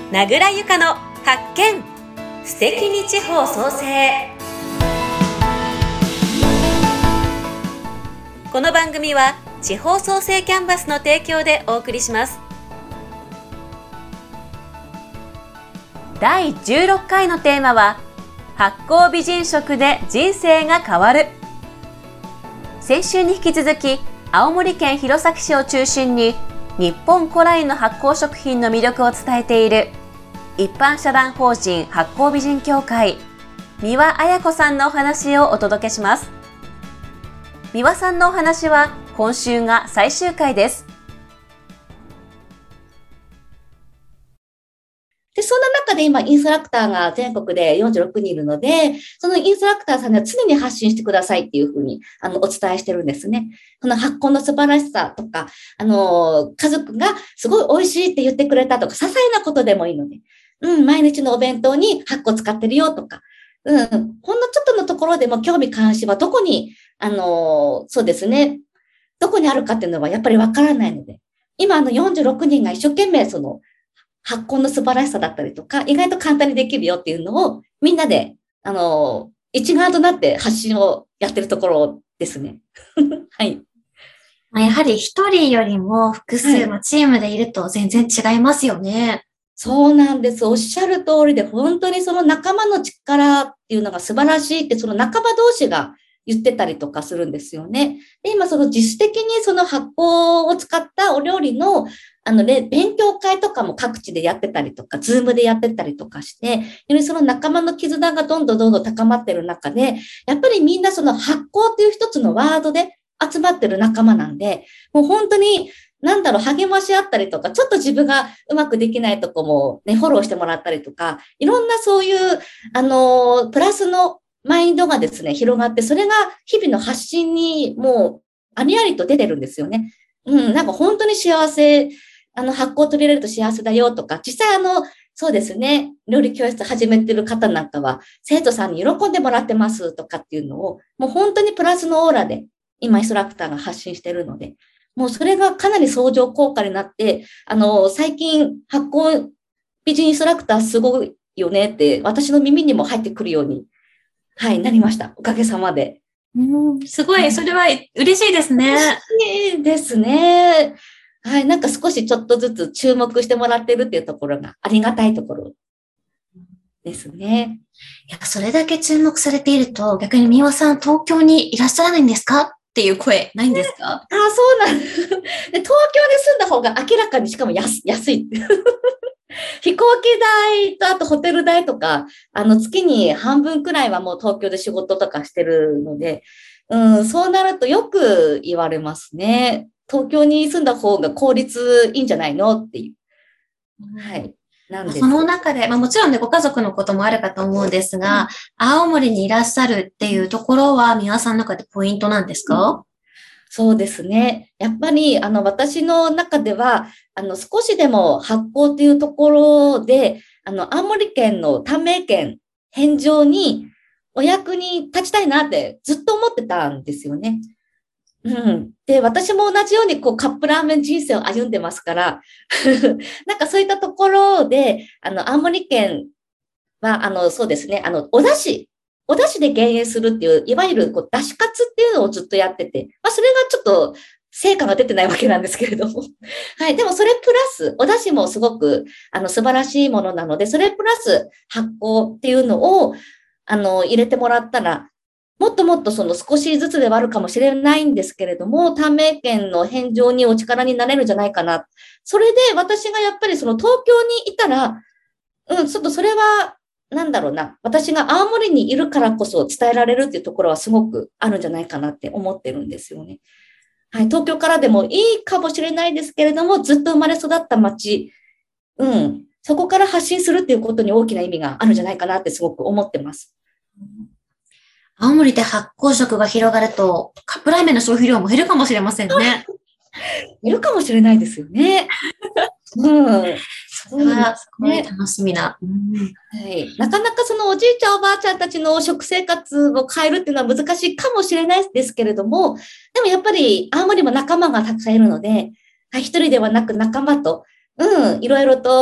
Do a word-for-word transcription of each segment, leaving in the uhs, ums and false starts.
名倉由香の発見、素敵に地方創生。この番組は地方創生キャンバスの提供でお送りします。だいじゅうろっかいのテーマは、発酵美人食で人生が変わる。先週に引き続き、青森県弘前市を中心に日本古来の発酵食品の魅力を伝えている一般社団法人発酵美人協会、三輪綾子さんのお話をお届けします。三輪さんのお話は今週が最終回です。 で、そんな中で今インストラクターが全国でよんじゅうろくにんいるので、そのインストラクターさんには常に発信してくださいっていうふうに、あの、お伝えしてるんですね。この発酵の素晴らしさとか、あの、家族がすごい美味しいって言ってくれたとか、些細なことでもいいので、うん、毎日のお弁当に発酵使ってるよとか、うん、ほんのちょっとのところでも興味関心はどこに、あの、そうですね、どこにあるかっていうのはやっぱりわからないので、今あのよんじゅうろくにんが一生懸命その、発酵の素晴らしさだったりとか、意外と簡単にできるよっていうのをみんなで、あの、一丸となって発信をやってるところですね。はい。 やはり一人よりも複数のチームでいると全然違いますよね。はい、 そうなんです。おっしゃる通りで、本当にその仲間の力っていうのが素晴らしいって、その仲間同士が言ってたりとかするんですよね。で、今その自主的にその発酵を使ったお料理のあのね、勉強会とかも各地でやってたりとか、ズームでやってたりとかして、よりその仲間の絆がどんどんどんどん高まってる中で、やっぱりみんなその発酵っていう一つのワードで集まってる仲間なんで、もう本当に、なんだろう、励まし合ったりとか、ちょっと自分がうまくできないとこもね、フォローしてもらったりとか、いろんなそういう、あの、プラスのマインドがですね、広がって、それが日々の発信にもう、ありありと出てるんですよね。うん、なんか本当に幸せ、あの、発酵を取り入れると幸せだよとか、実際あの、そうですね、料理教室始めてる方なんかは、生徒さんに喜んでもらってますとかっていうのを、もう本当にプラスのオーラで、今インストラクターが発信してるので、もうそれがかなり相乗効果になって、あの、最近発酵美人インストラクターすごいよねって、私の耳にも入ってくるように、はい、なりました。おかげさまで。 うん、すごい、それは嬉しいですね。 嬉しいですね。はい、なんか少しちょっとずつ注目してもらってるっていうところがありがたいところですね。 いや、それだけ注目されていると、逆に三輪さん、東京にいらっしゃらないんですかっていう声、ないんですか？ あ、そうなんです。で、東京で住んだ方が明らかにしかも安安い。飛行機代とあとホテル代とか、あの月に半分くらいはもう東京で仕事とかしてるので、うん、そうなるとよく言われますね。東京に住んだ方が効率いいんじゃないのっていう。はい。なんです。 その中で、まあもちろんね、ご家族のこともあるかと思うんですが、うん、青森にいらっしゃるっていうところは、三輪さんの中でポイントなんですか？うん、 そうですね。やっぱり、あの、私の中では、あの、少しでも発酵っていうところで、あの、青森県の短命県返上にお役に立ちたいなってずっと思ってたんですよね。うん。で、私も同じようにこうカップラーメン人生を歩んでますから、なんかそういったところで、あの、青森県は、あの、そうですね、あの、お出汁、お出汁で減塩するっていう、いわゆるこう、出汁活っていうのをずっとやってて、まあ、それがちょっと、成果が出てないわけなんですけれども。はい。でもそれプラス、お出汁もすごく、あの、素晴らしいものなので、それプラス発酵っていうのを、あの、入れてもらったら、もっともっとその少しずつではあるかもしれないんですけれども、短命県の返上にお力になれるんじゃないかな。それで私がやっぱりその東京にいたら、うん、ちょっとそれは、なんだろうな、私が青森にいるからこそ伝えられるっていうところはすごくあるんじゃないかなって思ってるんですよね。はい、東京からでもいいかもしれないですけれども、ずっと生まれ育った町、うん、そこから発信するっていうことに大きな意味があるんじゃないかなってすごく思ってます。 青森で発酵食が広がると、カップラーメンの消費量も減るかもしれませんね。 減るかもしれないですよね。うん。 それはすごい楽しみな、 うんはい。なかなかそのおじいちゃんおばあちゃんたちの食生活を変えるっていうのは難しいかもしれないですけれども、でもやっぱり青森も仲間がたくさんいるので、一人ではなく仲間と、うん、いろいろと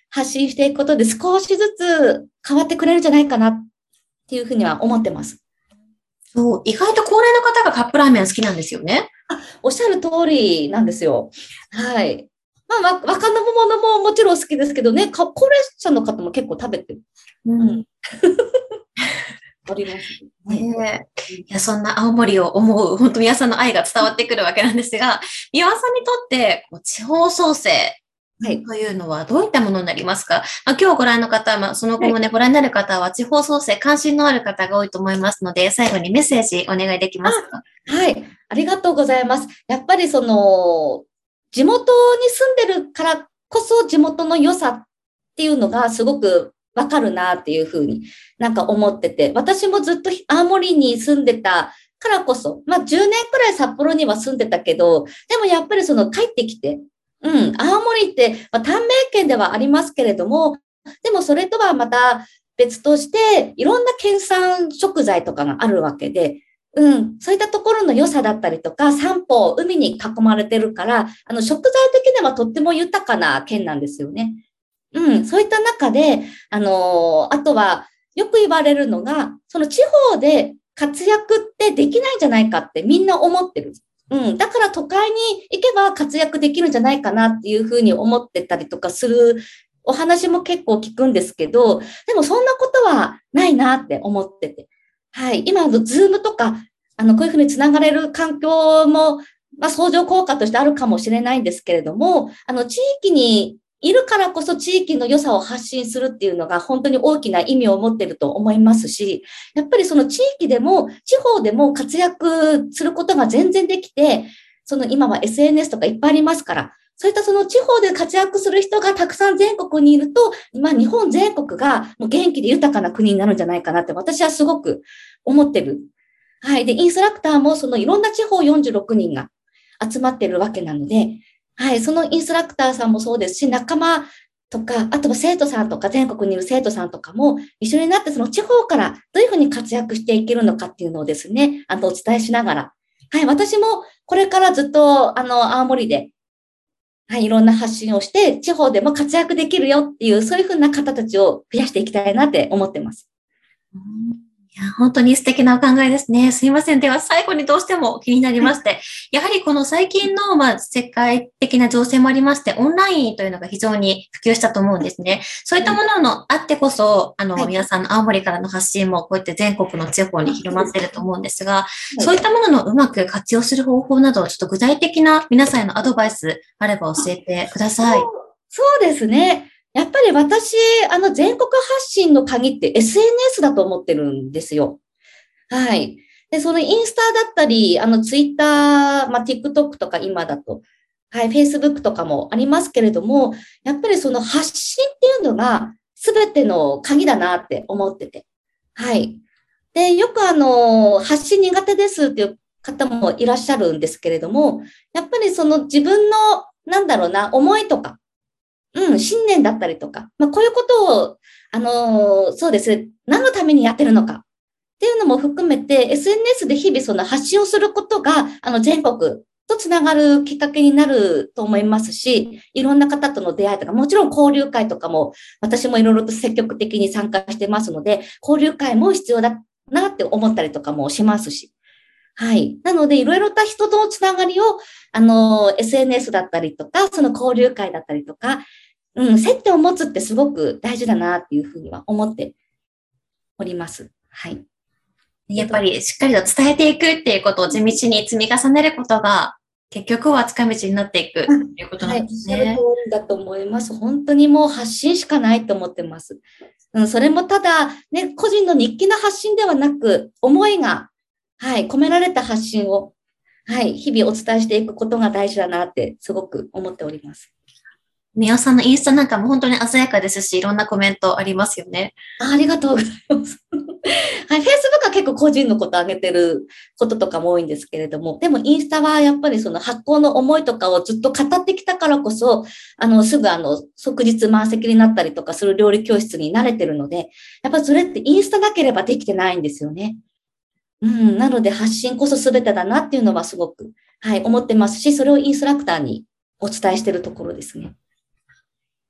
発信していくことで少しずつ変わってくれるんじゃないかなっていうふうには思ってます。 そう、意外と高齢の方がカップラーメン好きなんですよね。 あ、おっしゃる通りなんですよ。はい。まあ、わ若者ももちろん好きですけどね、か高齢者の方も結構食べてる。 うん。うん、 あります。 ねえ。いや、そんな青森を思う、本当皆さんの愛が伝わってくるわけなんですが、三輪さんにとって、こう地方創生というのはどういったものになりますか？まあ、今日ご覧の方、まあ、その後もね、はい、ご覧になる方は地方創生関心のある方が多いと思いますので、最後にメッセージお願いできますか？ はい。ありがとうございます。やっぱりその、地元に住んでるからこそ地元の良さっていうのがすごくわかるなっていうふうになんか思ってて、私もずっと青森に住んでたからこそ、まあじゅうねんくらい札幌には住んでたけど、でもやっぱりその帰ってきて、うん、青森って、まあ、短命県ではありますけれども、でもそれとはまた別として、いろんな県産食材とかがあるわけで、うん、そういったところの良さだったりとか、三方、海に囲まれてるから、あの、食材的にはとっても豊かな県なんですよね。うん、そういった中で、あのー、あとは、よく言われるのが、その地方で活躍ってできないんじゃないかってみんな思ってる。うん。だから都会に行けば活躍できるんじゃないかなっていうふうに思ってたりとかするお話も結構聞くんですけど、でもそんなことはないなって思ってて。はい。今のズームとか、あの、こういうふうにつながれる環境も、まあ、相乗効果としてあるかもしれないんですけれども、あの、地域にいるからこそ地域の良さを発信するっていうのが本当に大きな意味を持っていると思いますし、やっぱりその地域でも地方でも活躍することが全然できて、その今は エスエヌエス とかいっぱいありますから、そういったその地方で活躍する人がたくさん全国にいると、今日本全国がもう元気で豊かな国になるんじゃないかなって私はすごく思ってる。はい。で、インストラクターもそのいろんな地方よんじゅうろくにんが集まってるわけなので、はい。そのインストラクターさんもそうですし、仲間とか、あとは生徒さんとか、全国にいる生徒さんとかも一緒になって、その地方からどういうふうに活躍していけるのかっていうのをですね、あの、お伝えしながら、はい。私もこれからずっと、あの、青森で、はい。いろんな発信をして、地方でも活躍できるよっていう、そういうふうな方たちを増やしていきたいなって思ってます。 うんいや、本当に素敵なお考えですね。すいません。では最後にどうしても気になりまして、やはりこの最近の、まあ、世界的な情勢もありまして、オンラインというのが非常に普及したと思うんですね。そういったもののあってこそ、あの、はい、皆さんの青森からの発信もこうやって全国の地方に広まっていると思うんですが、はい、そういったもののうまく活用する方法など、ちょっと具体的な皆さんへのアドバイスあれば教えてください。 そう、そうですね。やっぱり私、あの、全国発信の鍵って エスエヌエス だと思ってるんですよ。はい。で、そのインスタだったり、あの、ツイッター、まあ、TikTok とか今だと、はい、Facebook とかもありますけれども、やっぱりその発信っていうのが全ての鍵だなって思ってて。はい。で、よくあの、発信苦手ですっていう方もいらっしゃるんですけれども、やっぱりその自分の、なんだろうな、思いとか、うん、信念だったりとか、まあ、こういうことを、あのー、そうですね、何のためにやってるのかっていうのも含めて、エスエヌエス で日々その発信をすることが、あの、全国とつながるきっかけになると思いますし、いろんな方との出会いとか、もちろん交流会とかも、私もいろいろと積極的に参加してますので、交流会も必要だなって思ったりとかもしますし。はい。なので、いろいろな人とのつながりを、あの、エスエヌエス だったりとか、その交流会だったりとか、うん、接点を持つってすごく大事だなっていうふうには思っております。はい。 やっぱりしっかりと伝えていくっていうことを地道に積み重ねることが、結局は近道になっていくということなんですね。 はい、おっしゃる通りだと思います。本当にもう発信しかないと思ってます。うん、それもただ、ね、個人の日記の発信ではなく、思いが、はい、込められた発信を、はい、日々お伝えしていくことが大事だなってすごく思っております。 みおさんのインスタなんかも本当に鮮やかですし、いろんなコメントありますよね。 あ, ありがとうございます。はい、Facebook は結構個人のこと上げてることとかも多いんですけれども、でもインスタはやっぱりその発行の思いとかをずっと語ってきたからこそ、あの、すぐあの、即日満席になったりとかする料理教室に慣れてるので、やっぱりそれってインスタなければできてないんですよね。うん、なので発信こそ全てだなっていうのはすごく、はい、思ってますし、それをインストラクターにお伝えしているところですね。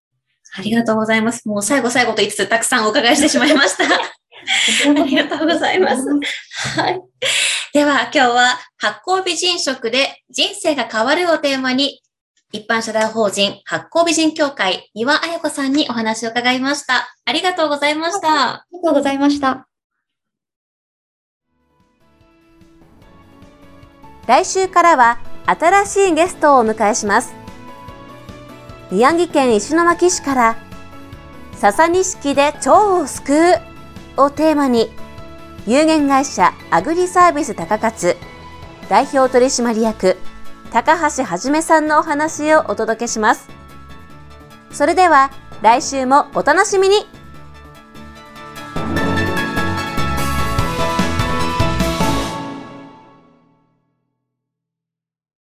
ありがとうございます。もう最後最後と言いつつたくさんお伺いしてしまいました。ありがとうございます。はい。では今日は発酵美人食で人生が変わるをテーマに一般社団法人発酵美人協会丹羽綾子さんにお話を伺いました。ありがとうございました。 ありがとうございました。 来週からは新しいゲストをお迎えします。宮城県石巻市から笹錦で腸を救うをテーマに有限会社アグリサービス高勝代表取締役高橋はじめさんのお話をお届けします。それでは来週もお楽しみに。